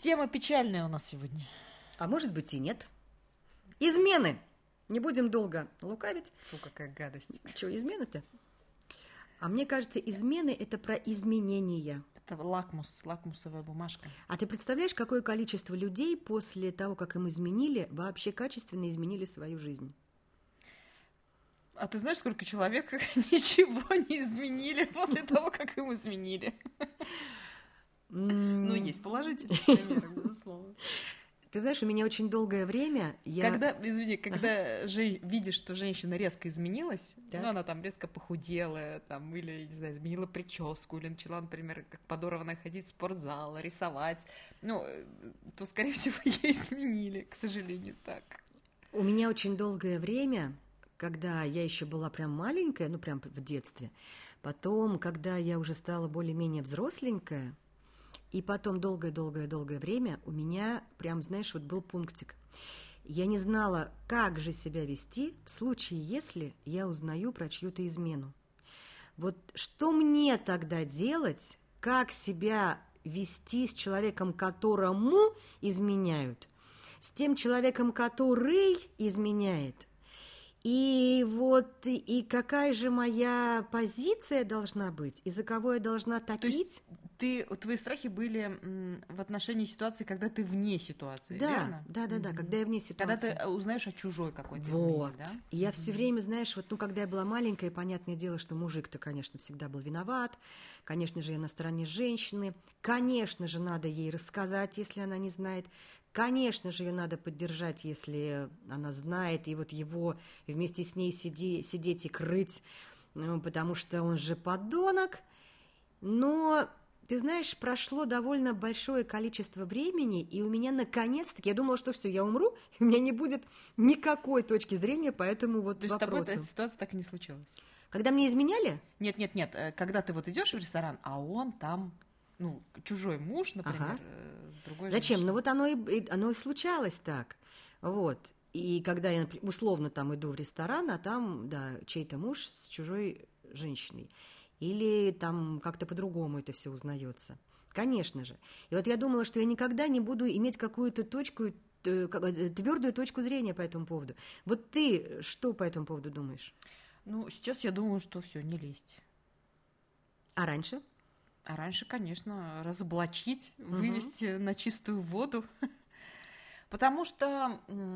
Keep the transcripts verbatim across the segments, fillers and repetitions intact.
Тема печальная у нас сегодня. А может быть и нет. Измены. Не будем долго лукавить. Фу, какая гадость. Что, измены-то? А мне кажется, измены – это про изменения. Это лакмус, лакмусовая бумажка. А ты представляешь, какое количество людей после того, как им изменили, вообще качественно изменили свою жизнь? А ты знаешь, сколько человек ничего не изменили после того, как им изменили? Ну, есть положительные примеры, безусловно. Ты знаешь, у меня очень долгое время... Я... Когда, извини, когда же, видишь, что женщина резко изменилась, ну, она там резко похудела, там, или, не знаю, изменила прическу, или начала, например, как подорванная ходить в спортзал, рисовать, ну, то, скорее всего, ей изменили, к сожалению, так. У меня очень долгое время, когда я еще была прям маленькая, ну, прям в детстве, потом, когда я уже стала более-менее взросленькая, и потом долгое-долгое-долгое время у меня прям, знаешь, вот был пунктик. Я не знала, как же себя вести в случае, если я узнаю про чью-то измену. Вот что мне тогда делать, как себя вести с человеком, которому изменяют, с тем человеком, который изменяет. И вот, и какая же моя позиция должна быть, и за кого я должна топить? То есть ты, твои страхи были в отношении ситуации, когда ты вне ситуации, да, верно? Да, да, да, mm-hmm. когда я вне ситуации. Когда ты узнаешь о чужой какой-то вот. измене, да? И я mm-hmm. все время, знаешь, вот, ну, когда я была маленькая, понятное дело, что мужик-то, конечно, всегда был виноват, конечно же, я на стороне женщины, конечно же, надо ей рассказать, если она не знает, конечно же, ее надо поддержать, если она знает, и вот его вместе с ней сиди, сидеть и крыть, потому что он же подонок. Но, ты знаешь, прошло довольно большое количество времени, и у меня наконец-таки, я думала, что все, я умру, и у меня не будет никакой точки зрения по этому вот То есть вопросу. с тобой эта ситуация так и не случилась? Когда мне изменяли? Нет, нет, нет, когда ты вот идешь в ресторан, а он там... Ну, чужой муж, например, ага. с другой Зачем? женщиной. Ну, вот оно и, оно и случалось так. Вот. И когда я условно там иду в ресторан, а там, да, чей-то муж с чужой женщиной. Или там как-то по-другому это все узнается. Конечно же. И вот я думала, что я никогда не буду иметь какую-то точку, твердую точку зрения по этому поводу. Вот ты что по этому поводу думаешь? Ну, сейчас я думаю, что все, не лезть. А раньше? А раньше, конечно, разоблачить, угу. вывести на чистую воду. Потому что,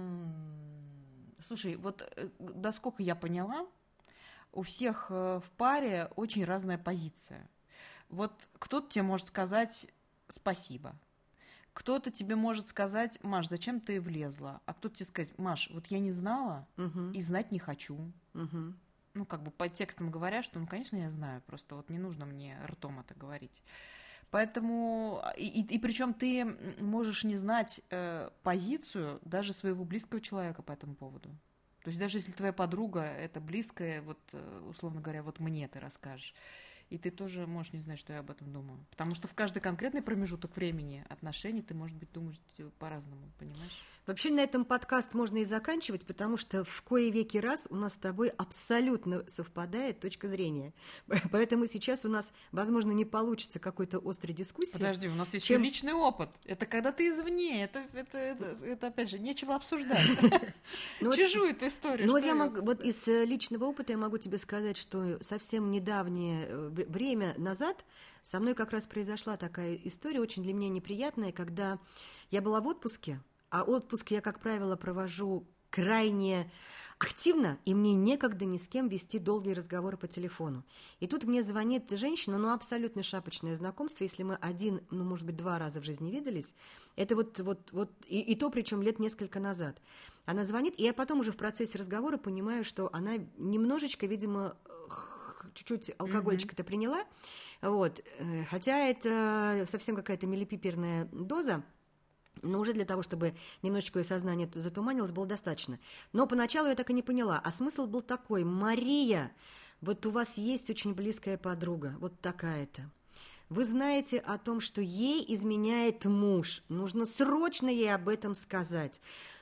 слушай, вот насколько я поняла, у всех в паре очень разная позиция. Вот кто-то тебе может сказать спасибо, кто-то тебе может сказать: Маш, зачем ты влезла? А кто-то тебе сказать: Маш, вот я не знала угу. и знать не хочу. Угу. Ну, как бы по текстам говоря, что, ну, конечно, я знаю, просто вот не нужно мне ртом это говорить. Поэтому, и, и, и причем ты можешь не знать э, позицию даже своего близкого человека по этому поводу. То есть даже если твоя подруга, это близкая, вот, условно говоря, вот мне ты расскажешь, и ты тоже можешь не знать, что я об этом думаю. Потому что в каждый конкретный промежуток времени отношений ты, может быть, думаешь по-разному, понимаешь? Вообще на этом подкаст можно и заканчивать, потому что в кое веки раз у нас с тобой абсолютно совпадает точка зрения. Поэтому сейчас у нас, возможно, не получится какой-то острой дискуссии. Подожди, у нас есть чем... еще личный опыт. Это когда ты извне, это, это, это, это опять же, нечего обсуждать. Чужую эту историю. Ну вот я могу, вот из личного опыта я могу тебе сказать, что совсем недавнее время назад со мной как раз произошла такая история, очень для меня неприятная, когда я была в отпуске, а отпуск я, как правило, провожу крайне активно, и мне некогда ни с кем вести долгие разговоры по телефону. И тут мне звонит женщина, ну, абсолютно шапочное знакомство, если мы один, ну, может быть, два раза в жизни виделись, это вот, вот, вот, и, и то, причем лет несколько назад. Она звонит, и я потом уже в процессе разговора понимаю, что она немножечко, видимо, чуть-чуть алкогольчика-то mm-hmm. приняла, вот, хотя это совсем какая-то мелипиперная доза, но уже для того, чтобы немножечко ее сознание затуманилось, было достаточно. Но поначалу я так и не поняла. А смысл был такой: Мария, вот у вас есть очень близкая подруга, вот такая-то. Вы знаете о том, что ей изменяет муж. Нужно срочно ей об этом сказать.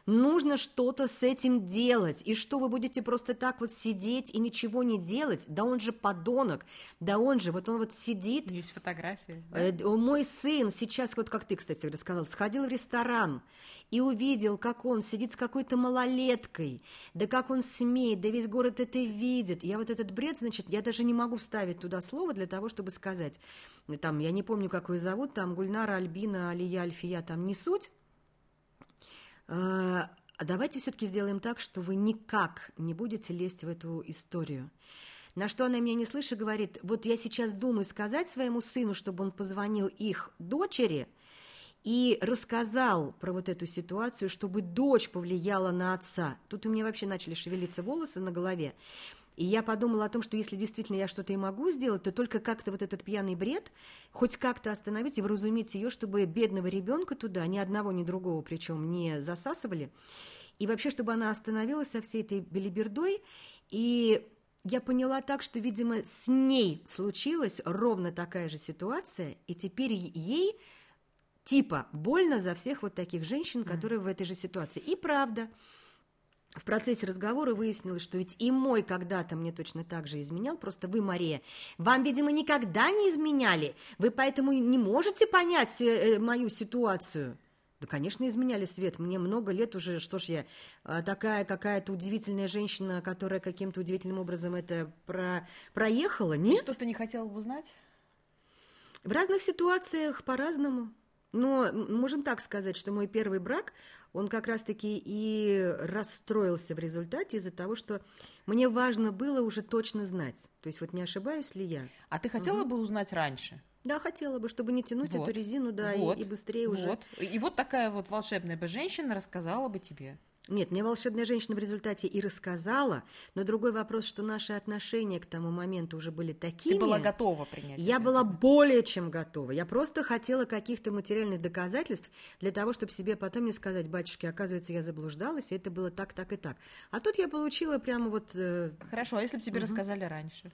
Нужно что-то с этим делать. И что, вы будете просто так вот сидеть и ничего не делать? Да он же подонок, да он же, вот он вот сидит. Есть фотографии. Да? Э, мой сын сейчас, вот как ты, кстати, рассказал, сходил в ресторан и увидел, как он сидит с какой-то малолеткой, да как он смеет, да весь город это видит. Я вот этот бред, значит, я даже не могу вставить туда слово для того, чтобы сказать. Там, я не помню, как ее зовут, там Гульнара, Альбина, Алия, Альфия, там не суть. А давайте все-таки сделаем так, что вы никак не будете лезть в эту историю. На что она меня не слышит, говорит, вот я сейчас думаю сказать своему сыну, чтобы он позвонил их дочери и рассказал про вот эту ситуацию, чтобы дочь повлияла на отца. Тут у меня вообще начали шевелиться волосы на голове. И я подумала о том, что если действительно я что-то и могу сделать, то только как-то вот этот пьяный бред хоть как-то остановить и вразумить ее, чтобы бедного ребенка туда ни одного, ни другого причем не засасывали. И вообще, чтобы она остановилась со всей этой белибердой. И я поняла так, что, видимо, с ней случилась ровно такая же ситуация, и теперь ей типа больно за всех вот таких женщин, которые mm. в этой же ситуации. И правда, в процессе разговора выяснилось, что ведь и мой когда-то мне точно так же изменял, просто вы, Мария, вам, видимо, никогда не изменяли, вы поэтому не можете понять э, мою ситуацию. Да, конечно, изменяли, Свет, мне много лет уже, что ж я, такая какая-то удивительная женщина, которая каким-то удивительным образом это про... проехала, нет? И что ты не хотела бы узнать? В разных ситуациях по-разному. Но можем так сказать, что мой первый брак, он как раз-таки и расстроился в результате из-за того, что мне важно было уже точно знать. То есть вот не ошибаюсь ли я? А ты хотела угу. бы узнать раньше? Да, хотела бы, чтобы не тянуть вот. эту резину, да, вот. и, и быстрее вот. уже. И вот такая вот волшебная бы женщина рассказала бы тебе. Нет, мне волшебная женщина в результате и рассказала, но другой вопрос, что наши отношения к тому моменту уже были такими. Ты была готова принять Я это? была более чем готова. Я просто хотела каких-то материальных доказательств для того, чтобы себе потом не сказать, батюшки, оказывается, я заблуждалась, и это было так, так и так. А тут я получила прямо вот... Э... Хорошо, а если бы тебе угу. рассказали раньше?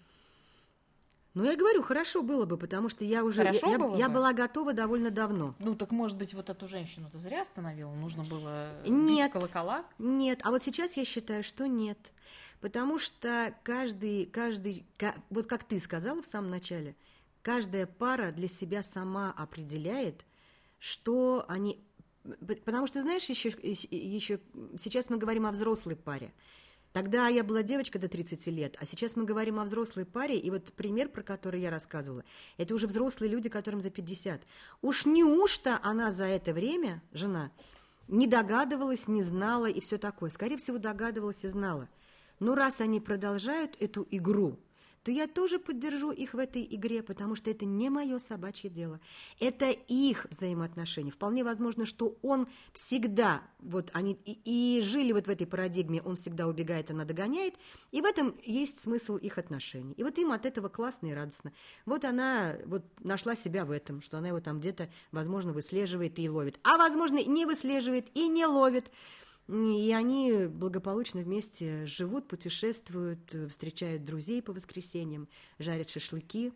Ну, я говорю, хорошо было бы, потому что я уже Хорошо я, было я, я бы? была готова довольно давно. Ну, так, может быть, вот эту женщину ты зря остановила? Нужно было нет, бить колокола? Нет, а вот сейчас я считаю, что нет. Потому что каждый, каждый, вот как ты сказала в самом начале, каждая пара для себя сама определяет, что они... Потому что, знаешь, еще, еще сейчас мы говорим о взрослой паре. Тогда я была девочка до тридцати лет, а сейчас мы говорим о взрослой паре, и вот пример, про который я рассказывала, это уже взрослые люди, которым за пятьдесят. Уж неужто она за это время, жена, не догадывалась, не знала и все такое? Скорее всего, догадывалась и знала. Но раз они продолжают эту игру, то я тоже поддержу их в этой игре, потому что это не мое собачье дело. Это их взаимоотношения. Вполне возможно, что он всегда, вот они и, и жили вот в этой парадигме, он всегда убегает, она догоняет, и в этом есть смысл их отношений. И вот им от этого классно и радостно. Вот она вот нашла себя в этом, что она его там где-то, возможно, выслеживает и ловит, а, возможно, не выслеживает и не ловит. И они благополучно вместе живут, путешествуют, встречают друзей по воскресеньям, жарят шашлыки.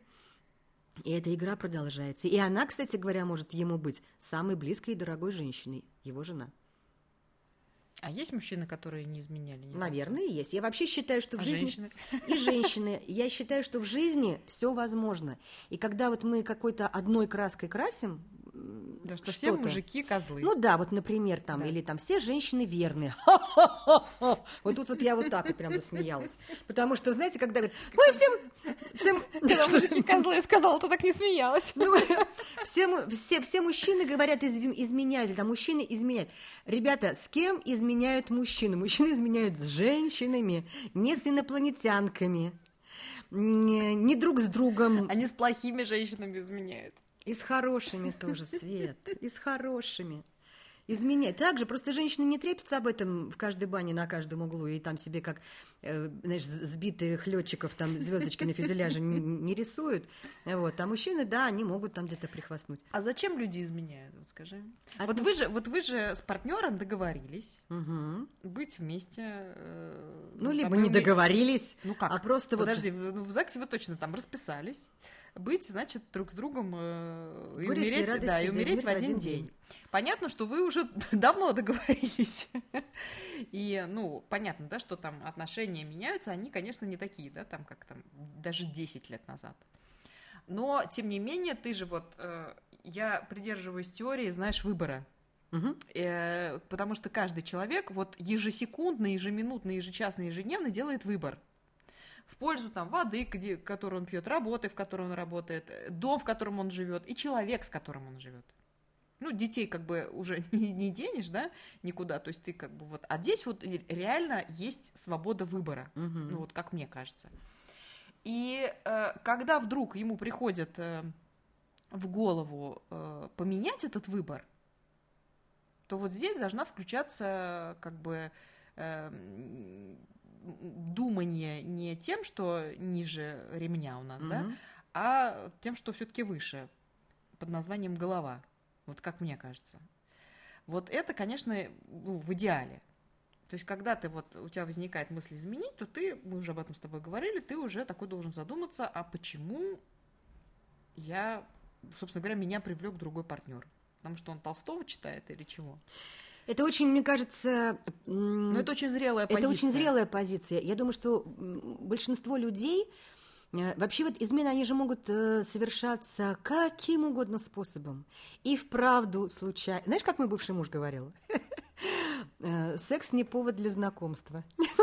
И эта игра продолжается. И она, кстати говоря, может ему быть самой близкой и дорогой женщиной, его жена. А есть мужчины, которые не изменяли? Не Наверное, есть. Я вообще считаю, что в а жизни... женщины? И женщины. Я считаю, что в жизни все возможно. И когда вот мы какой-то одной краской красим, да, что все мужики козлы. Ну да, вот, например, там, да. Или там все женщины верные. Вот тут вот я вот так вот прям засмеялась. Потому что, знаете, когда говорят, ой, всем... всем... Когда мужики козлы, я сказала, ты так не смеялась. Ну, все, все, все мужчины говорят, из, изменяют, там мужчины изменяют. Ребята, с кем изменяют мужчины? Мужчины изменяют с женщинами, не с инопланетянками, не, не друг с другом. Они с плохими женщинами изменяют. И с хорошими тоже, Свет, и с хорошими. Изменять. Также просто женщины не трепятся об этом в каждой бане на каждом углу, и там себе как, э, знаешь, сбитых летчиков там звездочки на фюзеляже не, не рисуют. Вот. А мужчины, да, они могут там где-то прихвастнуть. А зачем люди изменяют, вот скажи? А вот, ты... вы же, вот вы же с партнером договорились угу. быть вместе. Э, ну, либо не договорились, ну, как? а просто Подожди, вот... ну, в ЗАГСе вы точно там расписались. быть, значит, друг с другом э, и Горести и умереть, радости да, и умереть в один день. день. Понятно, что вы уже давно договорились. И, ну, понятно, да, что там отношения меняются, они, конечно, не такие, да, там, как там, даже десять лет назад. Но, тем не менее, ты же вот, э, я придерживаюсь теории, знаешь, выбора. Угу. Э, потому что каждый человек вот ежесекундно, ежеминутно, ежечасно, ежедневно делает выбор. В пользу там воды, где, которую он пьет, работы, в которой он работает, дом, в котором он живет, и человек, с которым он живет. Ну, детей как бы уже не, не денешь, да, никуда, то есть ты как бы вот... А здесь вот реально есть свобода выбора, Угу. ну вот как мне кажется. И э, когда вдруг ему приходит э, в голову э, поменять этот выбор, то вот здесь должна включаться как бы э, думание не тем, что ниже ремня у нас, угу. да, а тем, что все-таки выше, под названием голова. Вот как мне кажется. Вот это, конечно, ну, в идеале. То есть, когда ты вот, у тебя возникает мысль изменить, то ты, мы уже об этом с тобой говорили, ты уже такой должен задуматься, а почему я, собственно говоря, меня привлек другой партнер? Потому что он Толстого читает или чего? Это очень, мне кажется... Ну, это очень зрелая позиция. Это очень зрелая позиция. Я думаю, что большинство людей... Вообще вот измены, они же могут совершаться каким угодно способом. И вправду случайно... Знаешь, как мой бывший муж говорил? Секс не повод для знакомства.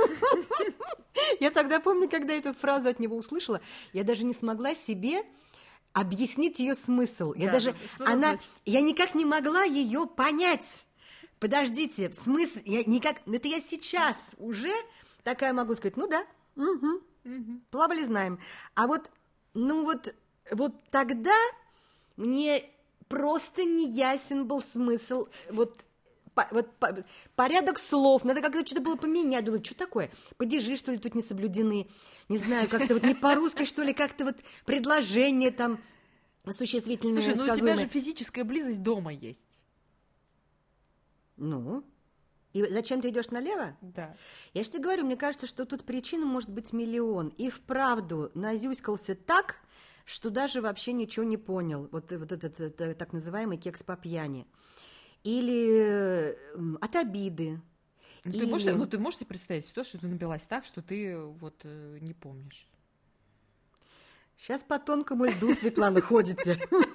Я тогда помню, когда эту фразу от него услышала, я даже не смогла себе объяснить ее смысл. Я да, даже... Она... Значит? Я никак не могла ее понять. Подождите, смысл... Я никак... Это я сейчас уже такая могу сказать, ну да, угу. Угу. Плавали, знаем. А вот, ну вот, вот тогда мне просто не ясен был смысл, вот, по, вот по, порядок слов, надо как-то что-то было поменять. Думаю, что такое? Падежи, что ли, тут не соблюдены? Не знаю, как-то вот не по-русски, что ли, как-то вот предложение там существительное, Слушай, сказуемое. ну у тебя же физическая близость дома есть. Ну... И зачем ты идешь налево? Да. Я же тебе говорю, мне кажется, что тут причин может быть миллион. И вправду назюзькался так, что даже вообще ничего не понял. Вот, вот этот, этот так называемый кекс по пьяни. Или от обиды. Ну, Или... ты, можешь, ну, ты можешь себе представить ситуацию, что ты напилась так, что ты вот э, не помнишь? Сейчас по тонкому льду, Светлана, ходите.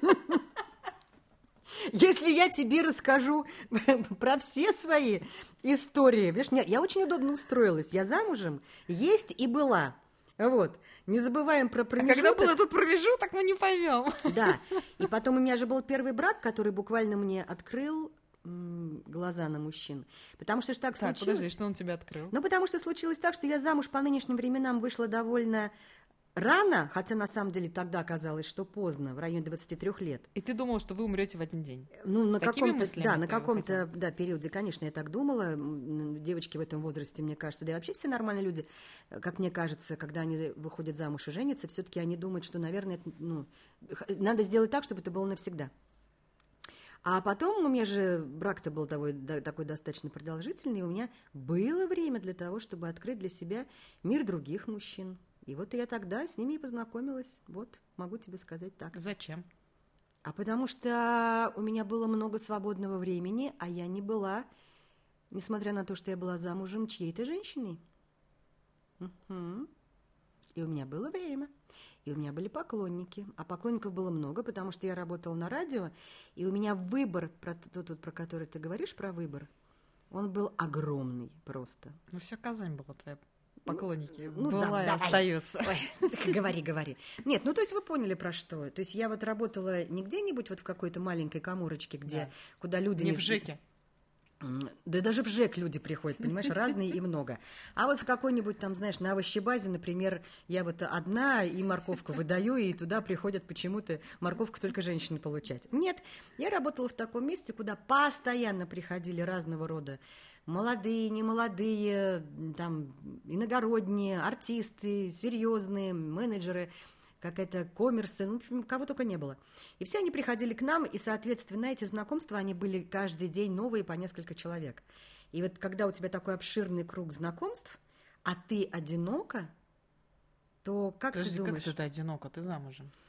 Если я тебе расскажу про все свои истории, видишь, я очень удобно устроилась, я замужем, есть и была, вот, не забываем про промежуток. А когда был этот промежуток, мы не поймем. Да, и потом у меня же был первый брак, который буквально мне открыл м- глаза на мужчин, потому что ж так, так случилось. Подожди, что он тебе открыл? Ну, потому что случилось так, что я замуж по нынешним временам вышла довольно... рано, хотя на самом деле тогда казалось, что поздно, в районе двадцати трёх лет. И ты думала, что вы умрете в один день? Ну, С на каком-то, да, на каком-то хотела? да, периоде, конечно, я так думала. Девочки в этом возрасте, мне кажется, да и вообще все нормальные люди, как мне кажется, когда они выходят замуж и женятся, все-таки они думают, что, наверное, это, ну, надо сделать так, чтобы это было навсегда. А потом у меня же брак-то был такой, да, такой достаточно продолжительный, и у меня было время для того, чтобы открыть для себя мир других мужчин. И вот я тогда с ними и познакомилась. Вот, могу тебе сказать так. Зачем? А потому что у меня было много свободного времени, а я не была, несмотря на то, что я была замужем, чьей-то женщиной. Угу. И у меня было время, и у меня были поклонники. А поклонников было много, потому что я работала на радио, и у меня выбор, про тот, про который ты говоришь, про выбор, он был огромный просто. Ну, вся Казань была твоя. Поклонники, ну, была да, и да, остается. Ой, говори, говори. Нет, ну то есть вы поняли про что. То есть я вот работала не где-нибудь вот в какой-то маленькой каморочке, где, да. куда люди... Не, не в ЖЭКе. Да даже в ЖЭК люди приходят, понимаешь, разные и много. А вот в какой-нибудь там, знаешь, на овощебазе, например, я вот одна и морковку выдаю, и туда приходят почему-то морковку только женщины получать. Нет, я работала в таком месте, куда постоянно приходили разного рода молодые, немолодые, там, иногородние, артисты, серьезные, менеджеры, какая-то коммерсы, ну, кого только не было. И все они приходили к нам, и, соответственно, эти знакомства, они были каждый день новые по несколько человек. И вот когда у тебя такой обширный круг знакомств, а ты одинока, то как Подожди, ты думаешь? как ты одинока? Ты замужем?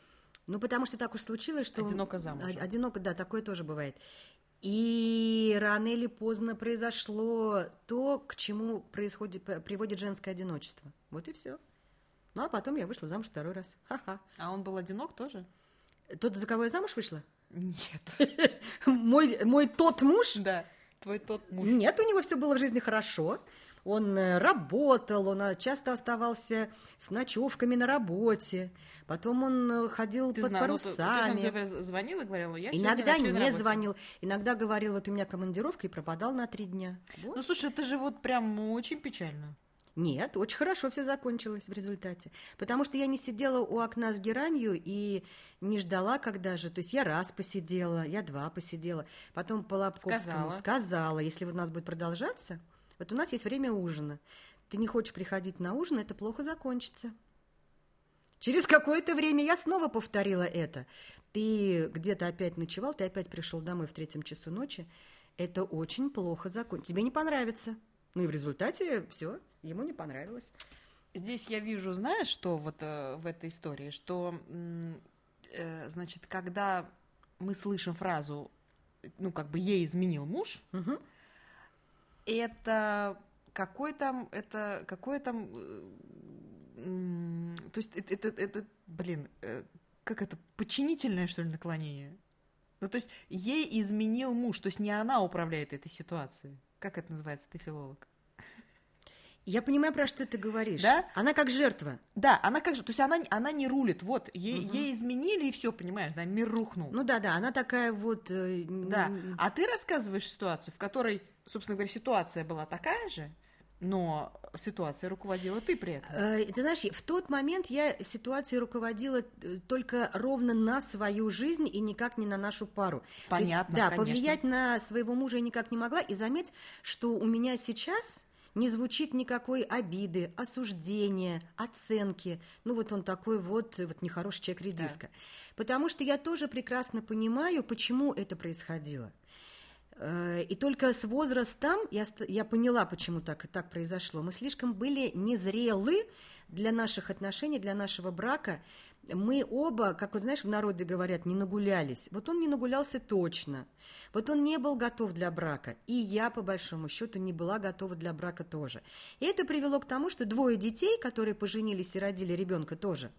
Ну, потому что так уж случилось, что... Одиноко замужем. Одиноко, да, такое тоже бывает. И рано или поздно произошло то, к чему происходит, приводит женское одиночество. Вот и все. Ну, а потом я вышла замуж второй раз. Ха-ха. А он был одинок тоже? Тот, за кого я замуж вышла? Нет. Мой, мой тот муж? Да, твой тот муж. Нет, у него все было в жизни хорошо. Он работал, он часто оставался с ночевками на работе. Потом он ходил Ты под знала, парусами. Ну, то, то есть он тебе звонил и говорил, я иногда сегодня не звонил, иногда говорил, вот у меня командировка, и пропадал на три дня. Вот. Ну, слушай, это же вот прям очень печально. Нет, очень хорошо все закончилось в результате. Потому что я не сидела у окна с геранью и не ждала, когда же. То есть я раз посидела, я два посидела. Потом по Лобковскому сказала, сказала если вот у нас будет продолжаться, вот у нас есть время ужина. Ты не хочешь приходить на ужин, это плохо закончится. Через какое-то время я снова повторила это. Ты где-то опять ночевал, ты опять пришел домой в третьем часу ночи. Это очень плохо закончится. Тебе не понравится. Ну и в результате все, ему не понравилось. Здесь я вижу, знаешь, что вот э, в этой истории, что, э, значит, когда мы слышим фразу, ну, как бы ей изменил муж, угу. это какой там, это какой там, э, э, то есть это, это, это блин, э, как это, подчинительное, что ли, наклонение? Ну, то есть ей изменил муж, то есть не она управляет этой ситуацией. Как это называется, ты филолог? Я понимаю, про что ты говоришь. Да? Она как жертва. Да, она как же, то есть она, она не рулит, вот, ей, угу. ей изменили, и все, понимаешь, да, мир рухнул. Ну да, да, она такая вот... Э, да, а ты рассказываешь ситуацию, в которой, собственно говоря, ситуация была такая же, но ситуация руководила ты при этом. Э, ты знаешь, в тот момент я ситуацией руководила только ровно на свою жизнь и никак не на нашу пару. Понятно, есть, да, конечно. повлиять на своего мужа я никак не могла. И заметь, что у меня сейчас не звучит никакой обиды, осуждения, оценки. Ну вот он такой вот, вот нехороший человек редиска. Да. Потому что я тоже прекрасно понимаю, почему это происходило. И только с возрастом я, я поняла, почему так, так произошло. Мы слишком были незрелы для наших отношений, для нашего брака. Мы оба, как вот знаешь, в народе говорят, не нагулялись. Вот он не нагулялся точно. Вот он не был готов для брака. И я, по большому счету, не была готова для брака тоже. И это привело к тому, что двое детей, которые поженились и родили ребенка тоже,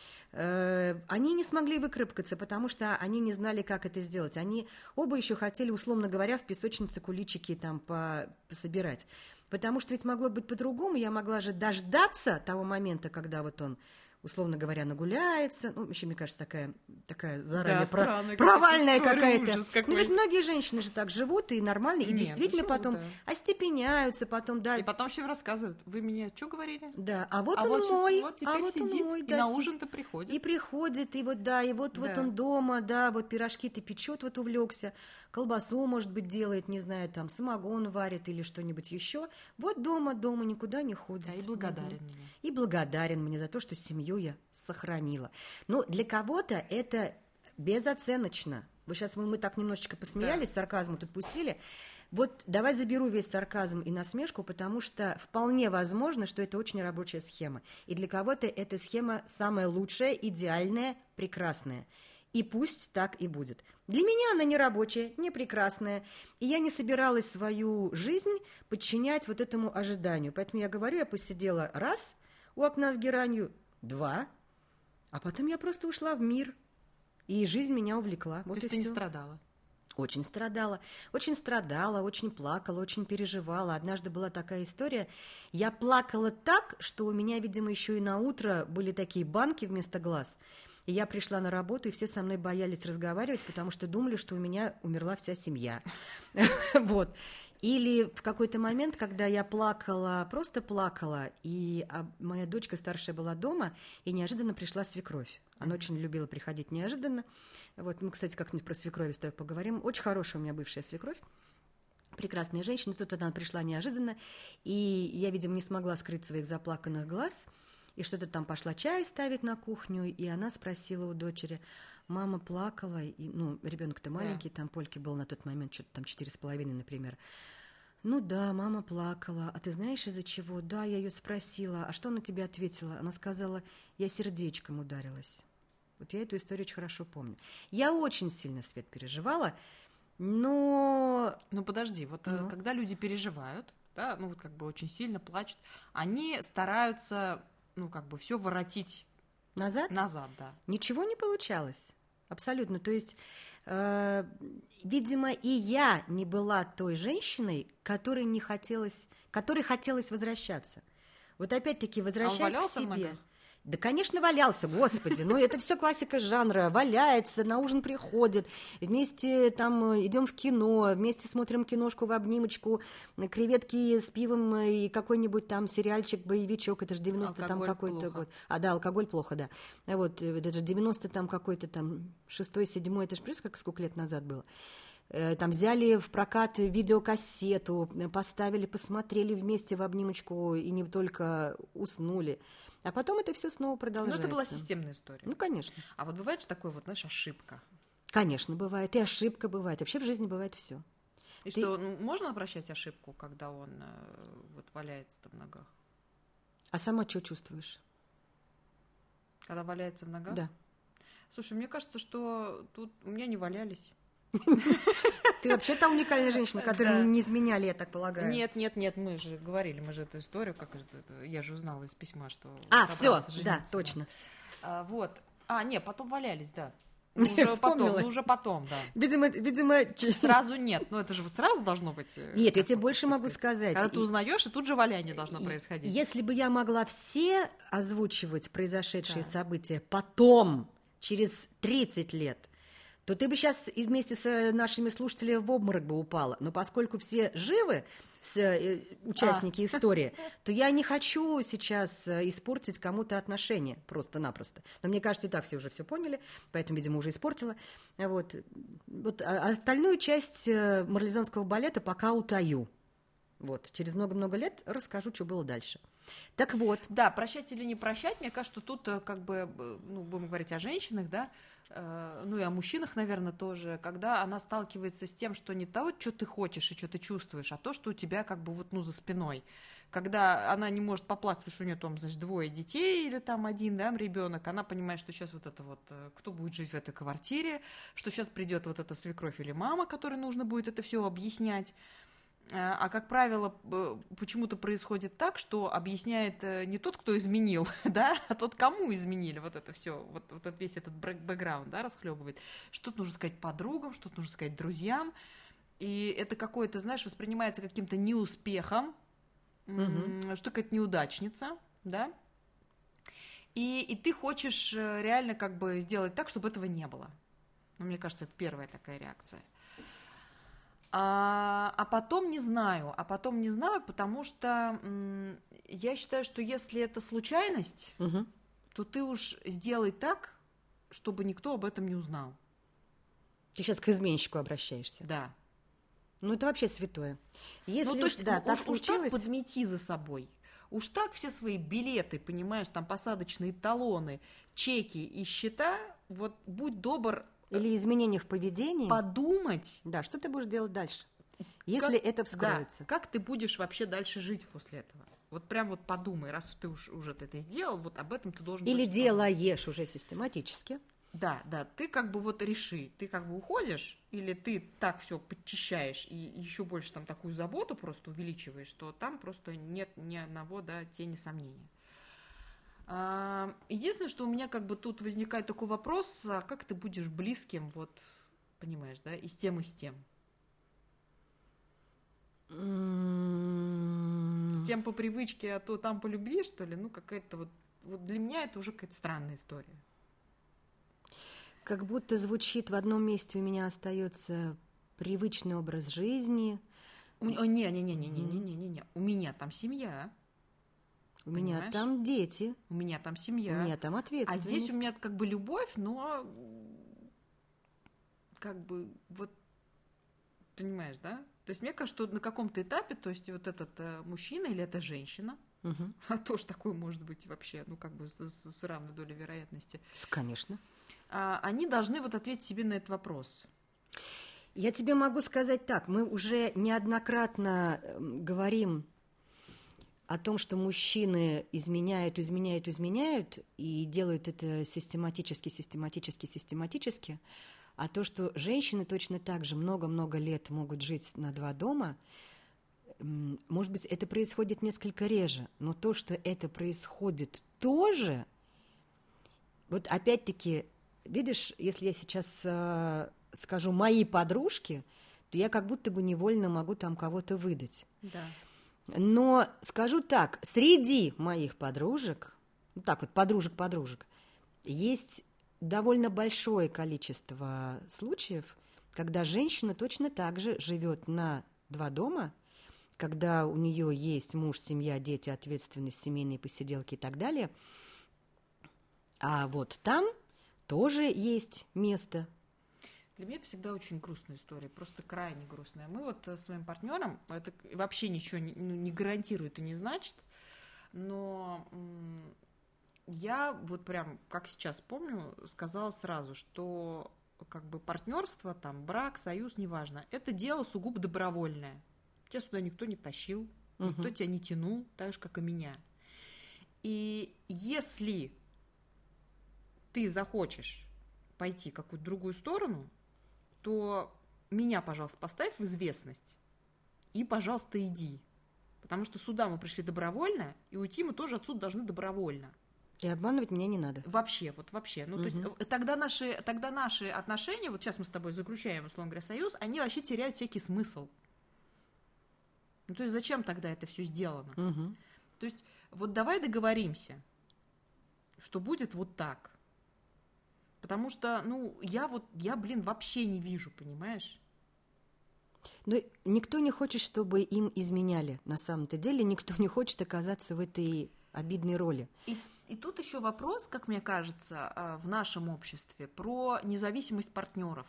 они не смогли выкарабкаться, потому что они не знали, как это сделать. Они оба еще хотели, условно говоря, в песочнице куличики там пособирать. Потому что ведь могло быть по-другому. Я могла же дождаться того момента, когда вот он, условно говоря, нагуляется. Ну, еще, мне кажется, такая, такая заранее да, про... странная, провальная какая-то. Ну, ведь многие женщины же так живут и нормально, и Нет, действительно живут, потом да. остепеняются, потом, да. И потом еще рассказывают, вы мне что говорили? Да, а вот а он вот мой, сейчас, вот теперь а вот сидит, он мой, и да, на сидит. ужин-то приходит. И приходит, и вот, да, и вот, да. вот он дома, да, вот пирожки-то печет, вот увлекся, колбасу, может быть, делает, не знаю, там, самогон варит или что-нибудь еще. Вот дома, дома, никуда не ходит. Да, и благодарен угу. мне. И благодарен мне за то, что семью я сохранила. Ну, для кого-то это безоценочно. Вот сейчас мы, мы так немножечко посмеялись, да. Сарказм тут пустили. Вот давай заберу весь сарказм и насмешку, потому что вполне возможно, что это очень рабочая схема. И для кого-то эта схема самая лучшая, идеальная, прекрасная. И пусть так и будет. Для меня она не рабочая, не прекрасная. И я не собиралась свою жизнь подчинять вот этому ожиданию. Поэтому я говорю, я посидела раз у окна с геранью, два, а потом я просто ушла в мир. И жизнь меня увлекла. Вот То есть и ты всё. не страдала? Очень страдала, очень страдала, очень плакала, очень переживала. Однажды была такая история. Я плакала так, что у меня, видимо, еще и на утро были такие банки вместо глаз. И я пришла на работу, и все со мной боялись разговаривать, потому что думали, что у меня умерла вся семья. Вот. Или в какой-то момент, когда я плакала, просто плакала, и моя дочка старшая была дома, и неожиданно пришла свекровь. Она mm-hmm. очень любила приходить неожиданно. Вот мы, кстати, как-нибудь про свекровь с тобой поговорим. Очень хорошая у меня бывшая свекровь. Прекрасная женщина. Тут она пришла неожиданно, и я, видимо, не смогла скрыть своих заплаканных глаз, и что-то там пошла чай ставить на кухню, и она спросила у дочери: мама плакала, и, ну, ребенок-то маленький, да. Там Польке был на тот момент что-то там четыре с половиной, например. Ну да, мама плакала. А ты знаешь, из-за чего? Да, я ее спросила. А что она тебе ответила? Она сказала: я сердечком ударилась. Вот я эту историю очень хорошо помню. Я очень сильно, Свет, переживала, но... Ну, подожди, вот ну. когда люди переживают, да, ну, вот как бы очень сильно плачут, они стараются, ну, как бы все воротить Назад? назад, да. Ничего не получалось. Абсолютно. То есть, э, видимо, и я не была той женщиной, которой не хотелось, которой хотелось возвращаться. Вот опять-таки, возвращаясь а он к себе. В ногах? Да, конечно, валялся, господи, ну это все классика жанра, валяется, на ужин приходит, вместе там идем в кино, вместе смотрим киношку в обнимочку, креветки с пивом и какой-нибудь там сериальчик, боевичок, это же девяностый там какой-то год. А, да, алкоголь плохо, да. Вот, это же девяностый там какой-то там, шестой, седьмой, это же плюс как сколько лет назад было. Там взяли в прокат видеокассету, поставили, посмотрели вместе в обнимочку и не только уснули. А потом это все снова продолжается. Ну, это была системная история. Ну, конечно. А вот бывает же такое вот, знаешь, ошибка. Конечно, бывает. И ошибка бывает. Вообще в жизни бывает все. И Ты... что, ну, можно прощать ошибку, когда он э, вот валяется в ногах? А сама что чувствуешь? Когда валяется в ногах? Да. Слушай, мне кажется, что тут у меня не валялись. Ты вообще-то уникальная женщина, которую да. не изменяли, я так полагаю. Нет, нет, нет, мы же говорили, мы же эту историю, как я же узнала из письма, что... А, все, да, точно. А, вот. А, нет, потом валялись, да. Ну, уже потом, ну, уже потом, да. Видимо, видимо... Сразу нет, ну это же вот сразу должно быть... Нет, я тебе больше могу сказать. Когда ты узнаешь, и тут же валяние должно происходить. Если бы я могла все озвучивать произошедшие да. события потом, через тридцать лет, то ты бы сейчас вместе с нашими слушателями в обморок бы упала. Но поскольку все живы, с, э, участники а. истории, то я не хочу сейчас испортить кому-то отношения просто-напросто. Но мне кажется, и так все уже все поняли, поэтому, видимо, уже испортила. Вот. Вот. А остальную часть марлезонского балета пока утаю. Вот. Через много-много лет расскажу, что было дальше. Так вот. Да, прощать или не прощать, мне кажется, что тут как бы, ну, будем говорить о женщинах, да, ну и о мужчинах, наверное, тоже, когда она сталкивается с тем, что не то, что ты хочешь и что ты чувствуешь, а то, что у тебя как бы вот, ну, за спиной. Когда она не может поплакать, потому что у нее там, значит, двое детей или там один, да, ребенок, она понимает, что сейчас вот это вот, кто будет жить в этой квартире, что сейчас придет вот эта свекровь или мама, которой нужно будет это все объяснять. А, как правило, почему-то происходит так, что объясняет не тот, кто изменил, да, а тот, кому изменили вот это все, вот, вот весь этот бэкграунд, да, расхлебывает. Что-то нужно сказать подругам, что-то нужно сказать друзьям, и это какое-то, знаешь, воспринимается каким-то неуспехом, mm-hmm. что какая-то неудачница, да, и, и ты хочешь реально как бы сделать так, чтобы этого не было. Ну, мне кажется, это первая такая реакция. А, а потом не знаю, а потом не знаю, потому что м, я считаю, что если это случайность, угу. то ты уж сделай так, чтобы никто об этом не узнал. Ты сейчас к изменщику обращаешься. Да. Ну, это вообще святое. Если ну, то есть, да, ну, так уж, случилось... уж так подмети за собой. Уж так все свои билеты, понимаешь, там посадочные талоны, чеки и счета, вот будь добр... Или изменения в поведении. Подумать. Да, что ты будешь делать дальше, если как, это вскроется. Да, как ты будешь вообще дальше жить после этого? Вот прям вот подумай, раз ты уж уже это сделал, вот об этом ты должен... Или делаешь подумать. Уже систематически. Да, да, ты как бы вот реши, ты как бы уходишь, или ты так все подчищаешь и еще больше там такую заботу просто увеличиваешь, что там просто нет ни одного, да, тени сомнения. Единственное, что у меня как бы тут возникает такой вопрос, а как ты будешь близким, вот, понимаешь, да, и с тем, и с тем? Mm. С тем по привычке, а то там по любви, что ли? Ну, какая-то вот, вот для меня это уже какая-то странная история. Как будто звучит в одном месте у меня остается привычный образ жизни. Не-не-не-не-не-не-не-не-не. У меня там семья. У Понимаешь? Меня там дети. У меня там семья. У меня там ответственность. А здесь у меня как бы любовь, но как бы вот, понимаешь, да? То есть мне кажется, что на каком-то этапе, то есть вот этот э, мужчина или эта женщина, угу. а тоже такое может быть вообще, ну как бы с, с равной долей вероятности. Конечно. А, они должны вот ответить себе на этот вопрос. Я тебе могу сказать так, мы уже неоднократно говорим о том, что мужчины изменяют, изменяют, изменяют и делают это систематически, систематически, систематически, а то, что женщины точно так же много-много лет могут жить на два дома, может быть, это происходит несколько реже, но то, что это происходит тоже, вот опять-таки, видишь, если я сейчас э, скажу «мои подружки», то я как будто бы невольно могу там кого-то выдать. Да. Но скажу так, среди моих подружек, ну так вот, подружек-подружек, есть довольно большое количество случаев, когда женщина точно так же живет на два дома, когда у нее есть муж, семья, дети, ответственность, семейные посиделки и так далее, а вот там тоже есть место. Для меня это всегда очень грустная история, просто крайне грустная. Мы вот с своим партнером, это вообще ничего не, ну, не гарантирует и не значит, но м- я вот прям, как сейчас помню, сказала сразу, что как бы партнерство, там, брак, союз, неважно, это дело сугубо добровольное. Тебя сюда никто не тащил, uh-huh. никто тебя не тянул, так же, как и меня. И если ты захочешь пойти в какую-то другую сторону, то меня, пожалуйста, поставь в известность и, пожалуйста, иди. Потому что сюда мы пришли добровольно, и уйти мы тоже отсюда должны добровольно. И обманывать меня не надо. Вообще, вот вообще. Ну, угу. то есть тогда наши, тогда наши отношения, вот сейчас мы с тобой заключаем, условно говоря, союз, они вообще теряют всякий смысл. Ну, то есть зачем тогда это все сделано? Угу. То есть вот давай договоримся, что будет вот так. Потому что, ну, я вот, я, блин, вообще не вижу, понимаешь? Но никто не хочет, чтобы им изменяли, на самом-то деле. Никто не хочет оказаться в этой обидной роли. И, и тут еще вопрос, как мне кажется, в нашем обществе про независимость партнеров.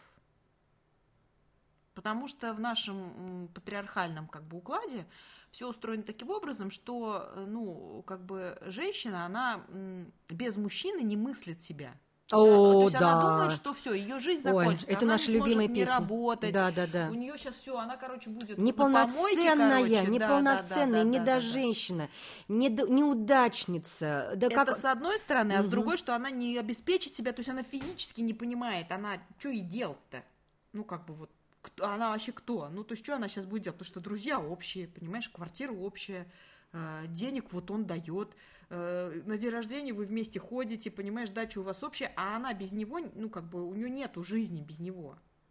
Потому что в нашем патриархальном как бы укладе все устроено таким образом, что, ну, как бы женщина, она без мужчины не мыслит себя. О, то есть да. Она думает, что все, ее жизнь закончится. Ой, это она наша не любимая сможет песня. Не работать. Да, да, да. У нее сейчас все, она, короче, будет неполноценная, на помойке, короче. неполноценная, да, да, да, недоженщина, да, да, да. неудачница. Да это как... с одной стороны, а угу. с другой, что она не обеспечит себя, то есть она физически не понимает, она что ей делать-то? Ну, как бы вот, кто, она вообще кто? Ну, то есть что она сейчас будет делать? Потому что друзья общие, понимаешь, квартира общая, э, денег вот он дает. На день рождения вы вместе ходите, понимаешь, дача у вас общая, а она без него, ну, как бы, у нее нету жизни без него.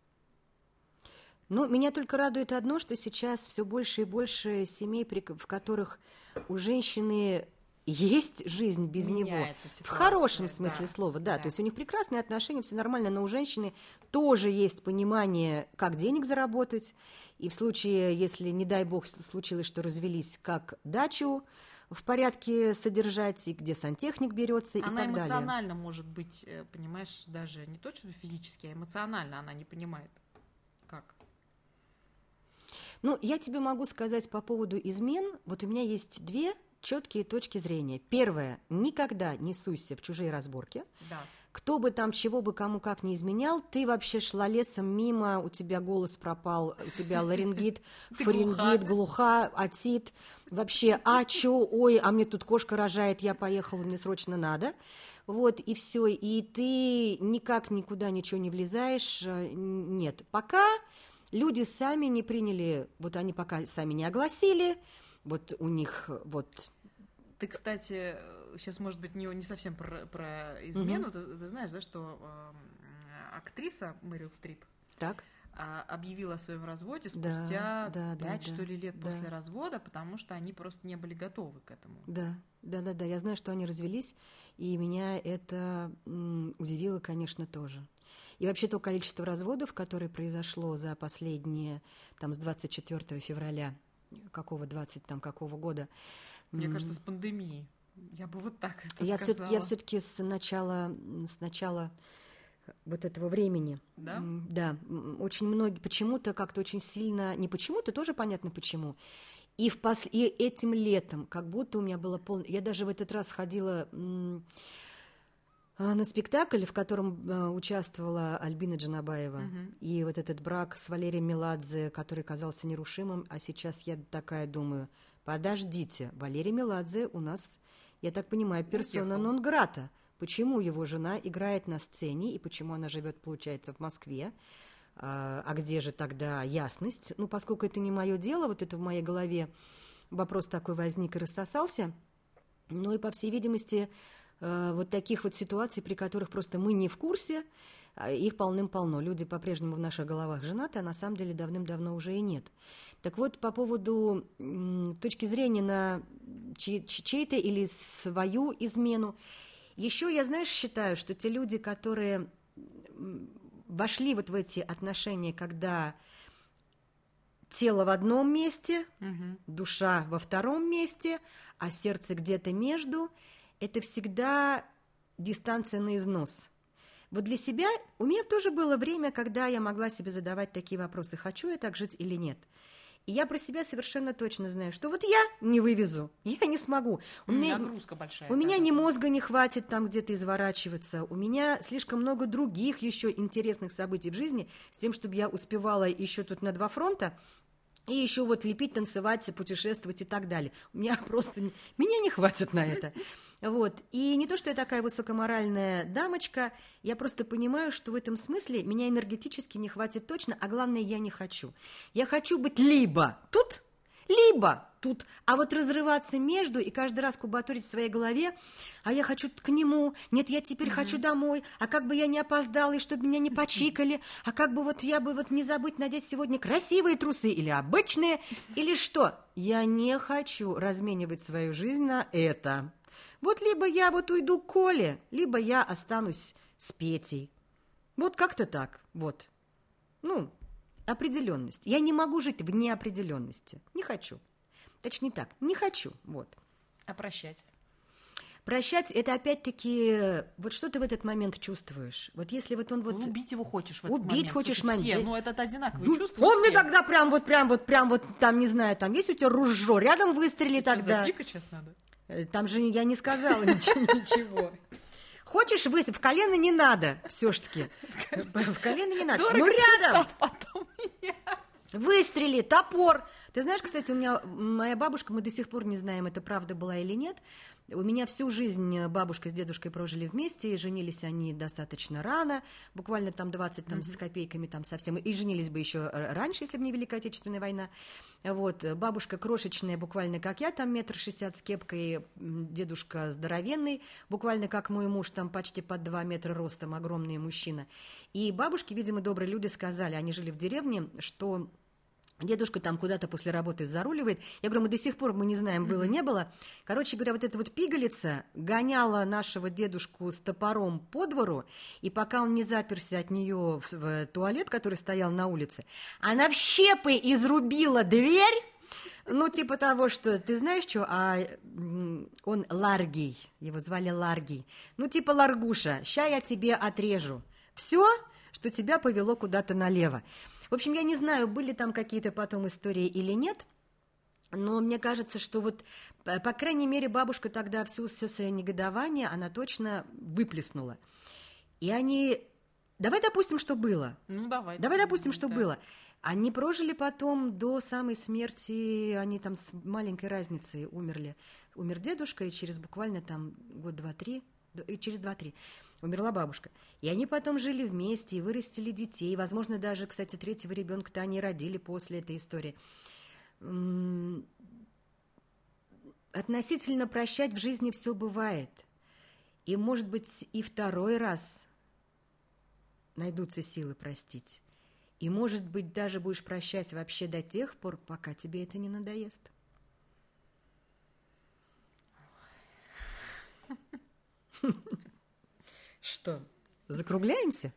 Ну, меня только радует одно, что сейчас все больше и больше семей, в которых у женщины есть жизнь без Меняется него. Ситуация, в хорошем смысле да, слова, да. да. То есть у них прекрасные отношения, все нормально, но у женщины тоже есть понимание, как денег заработать, и в случае, если, не дай бог, случилось, что развелись, как дачу в порядке содержать, и где сантехник берется, и так далее. Она эмоционально может быть, понимаешь, даже не то, что физически, а эмоционально она не понимает, как. Ну, я тебе могу сказать по поводу измен. Вот у меня есть две четкие точки зрения. Первое. Никогда не суйся в чужие разборки. Да. Кто бы там чего бы кому как не изменял, ты вообще шла лесом мимо, у тебя голос пропал, у тебя ларингит, фарингит, глуха, отит. Вообще, а чё, ой, а мне тут кошка рожает, я поехала, мне срочно надо. Вот, и все, и ты никак никуда ничего не влезаешь. Нет, пока люди сами не приняли, вот они пока сами не огласили, вот у них вот... Ты, кстати, сейчас, может быть, не, не совсем про, про измену. Mm-hmm. Ты, ты знаешь, да, что э, актриса Мэрил Стрип так. э, объявила о своем разводе спустя да, да, пять, да, что ли, лет да. после развода, потому что они просто не были готовы к этому. Да, да, да, да. Я знаю, что они развелись, и меня это м, удивило, конечно, тоже. И вообще то количество разводов, которое произошло за последние, там, с двадцать четвёртого февраля, какого, двадцать, там, какого года, мне кажется, с пандемией. Я бы вот так это я сказала. Все, я все-таки с начала, с начала вот этого времени. Да? Да. Очень многие, почему-то как-то очень сильно, не почему-то, тоже понятно почему. И, в пос... и этим летом, как будто у меня было полное... Я даже в этот раз ходила... на спектакль, в котором э, участвовала Альбина Джанабаева, Мгм. и вот этот брак с Валерием Меладзе, который казался нерушимым, а сейчас я такая думаю, подождите, Валерий Меладзе у нас, я так понимаю, персона Уехал. нон-грата. Почему его жена играет на сцене, и почему она живет, получается, в Москве? А, а где же тогда ясность? Ну, поскольку это не мое дело, вот это в моей голове вопрос такой возник и рассосался. Ну и, по всей видимости, э, вот таких вот ситуаций, при которых просто мы не в курсе, а их полным-полно. Люди по-прежнему в наших головах женаты, а на самом деле давным-давно уже и нет. Так вот, по поводу м, точки зрения на чьи- чей-то или свою измену, еще я, знаешь, считаю, что те люди, которые м, вошли вот в эти отношения, когда тело в одном месте, Мгм. душа во втором месте, а сердце где-то между, это всегда дистанция на износ. Вот для себя у меня тоже было время, когда я могла себе задавать такие вопросы, хочу я так жить или нет. И я про себя совершенно точно знаю, что вот я не вывезу, я не смогу. У М, меня, Нагрузка большая. у меня да, ни да. мозга не хватит там где-то изворачиваться, у меня слишком много других еще интересных событий в жизни, с тем, чтобы я успевала еще тут на два фронта, и еще вот лепить, танцевать, путешествовать и так далее. У меня просто... не- Меня не хватит на это. Вот. И не то, что я такая высокоморальная дамочка, я просто понимаю, что в этом смысле меня энергетически не хватит точно, а главное, я не хочу. Я хочу быть либо тут, либо тут, а вот разрываться между и каждый раз кубатурить в своей голове, а я хочу к нему, нет, я теперь хочу домой, а как бы я не опоздала, и чтобы меня не почикали, а как бы вот я бы вот не забыть надеть сегодня красивые трусы или обычные, или что? Я не хочу разменивать свою жизнь на это. Вот либо я вот уйду к Коле, либо я останусь с Петей. Вот как-то так, вот. Ну, определенность. Я не могу жить в неопределенности. Не хочу. Точнее так, не хочу. Вот. А прощать? Прощать – это опять-таки, вот что ты в этот момент чувствуешь? Вот если вот он вот... Ну, убить его хочешь в этот Убить момент. хочешь Слушай, все, момент. ну это одинаковые Ну, чувства. он мне все. тогда прям вот, прям вот, прям вот, там, не знаю, там есть у тебя ружье, рядом выстрели Что, тогда. запикать сейчас надо? Э, Там же я не сказала ничего. ничего. Хочешь выстрелить? В колено не надо, все-таки. В колено не надо. Дорого Ну, рядом. состав потом менять. Выстрели, топор. Ты знаешь, кстати, у меня моя бабушка, мы до сих пор не знаем, это правда была или нет. У меня всю жизнь бабушка с дедушкой прожили вместе, и женились они достаточно рано, буквально там двадцать там, с копейками там совсем, и женились бы еще раньше, если бы не Великая Отечественная война. Вот, бабушка крошечная, буквально как я, там метр шестьдесят с кепкой, м, дедушка здоровенный, буквально как мой муж, там почти под два метра ростом, огромный мужчина. И бабушки, видимо, добрые люди сказали, они жили в деревне, что... Дедушка там куда-то после работы заруливает. Я говорю, мы до сих пор мы не знаем, было, не было. Короче говоря, вот эта вот пигалица гоняла нашего дедушку с топором по двору, и пока он не заперся от нее в, в туалет, который стоял на улице, она в щепы изрубила дверь. Ну, типа того, что, ты знаешь, что, а м, он Ларгий, его звали Ларгий. Ну, типа Ларгуша, ща я тебе отрежу. Все, что тебя повело куда-то налево. В общем, я не знаю, были там какие-то потом истории или нет, но мне кажется, что вот, по по крайней мере, бабушка тогда всю, все свое негодование, она точно выплеснула. И они... Давай допустим, что было. Ну, давай. Давай допустим, что Да. было. Они прожили потом до самой смерти, они там с маленькой разницей умерли. Умер дедушка, и через буквально там год, два, три, и через два-три умерла бабушка. И они потом жили вместе и вырастили детей. Возможно, даже, кстати, третьего ребенка-то они родили после этой истории. М, Относительно прощать в жизни все бывает. И, может быть, и второй раз найдутся силы простить. И, может быть, даже будешь прощать вообще до тех пор, пока тебе это не надоест. Что, закругляемся?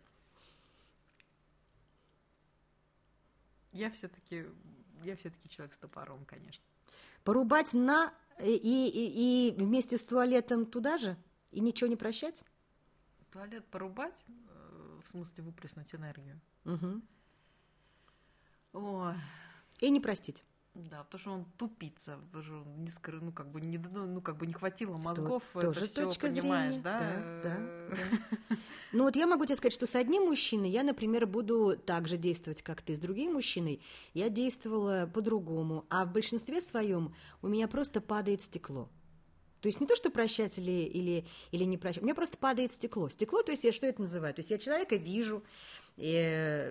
Я все-таки, я все-таки человек с топором, конечно. Порубать на и, и, и вместе с туалетом туда же? И ничего не прощать? Туалет порубать, э, в смысле выплеснуть энергию. Угу. Ой, И не простить. Да, потому что он тупица, потому что он не скры... ну, как бы не, ну, как бы не хватило мозгов, То, это тоже все точка понимаешь, зрения. да? Да, да, да. Ну вот я могу тебе сказать, что с одним мужчиной я, например, буду так же действовать, как ты. С другим мужчиной я действовала по-другому. А в большинстве своем у меня просто падает стекло. То есть не то, что прощать или, или, или не прощать, у меня просто падает стекло. Стекло, то есть я что это называю? То есть я человека вижу, и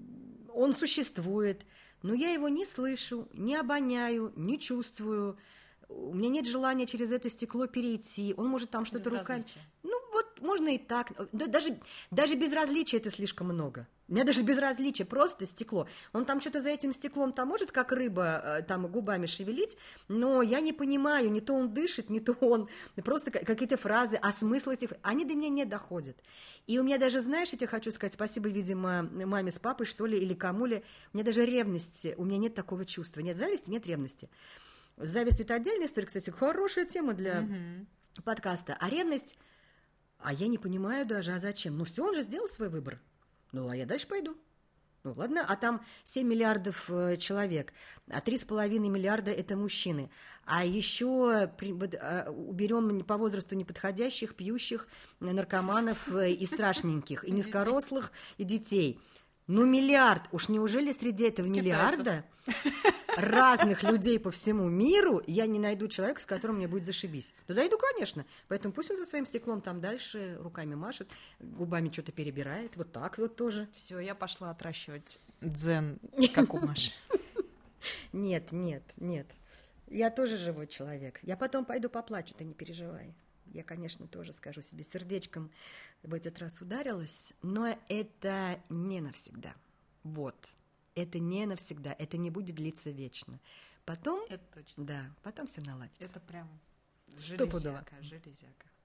он существует, но я его не слышу, не обоняю, не чувствую. У меня нет желания через это стекло перейти. Он может там что-то руками... Ну вот, можно и так. Даже, даже безразличие это слишком много. У меня даже безразличие, просто стекло. Он там что-то за этим стеклом там может, как рыба, там губами шевелить, но я не понимаю, не то он дышит, не то он... Просто какие-то фразы, а смысл этих... Они до меня не доходят. И у меня даже, знаешь, я тебе хочу сказать, спасибо, видимо, маме с папой, что ли, или кому-ли, у меня даже ревности, у меня нет такого чувства. Нет зависти, нет ревности. Зависть – это отдельная история, кстати, хорошая тема для mm-hmm. подкаста. А ревность, а я не понимаю даже, а зачем? Ну все, он же сделал свой выбор. Ну, а я дальше пойду. Ну, ладно, а там семь миллиардов э, человек, а три с половиной миллиарда – это мужчины. А еще при, э, уберем по возрасту неподходящих, пьющих, наркоманов э, и страшненьких, и низкорослых, и детей. Ну, миллиард. Уж неужели среди этого миллиарда разных людей по всему миру я не найду человека, с которым мне будет зашибись? Ну, дойду, конечно. Поэтому пусть он за своим стеклом там дальше руками машет, губами что-то перебирает. Вот так вот тоже. Все, я пошла отращивать дзен, как у Маши. Нет, нет, нет. Я тоже живой человек. Я потом пойду поплачу, ты не переживай. Я, конечно, тоже скажу себе, сердечком в этот раз ударилась, но это не навсегда. Вот. Это не навсегда. Это не будет длиться вечно. Потом... Это точно. Да, потом все наладится. Это прям железяка, железяка.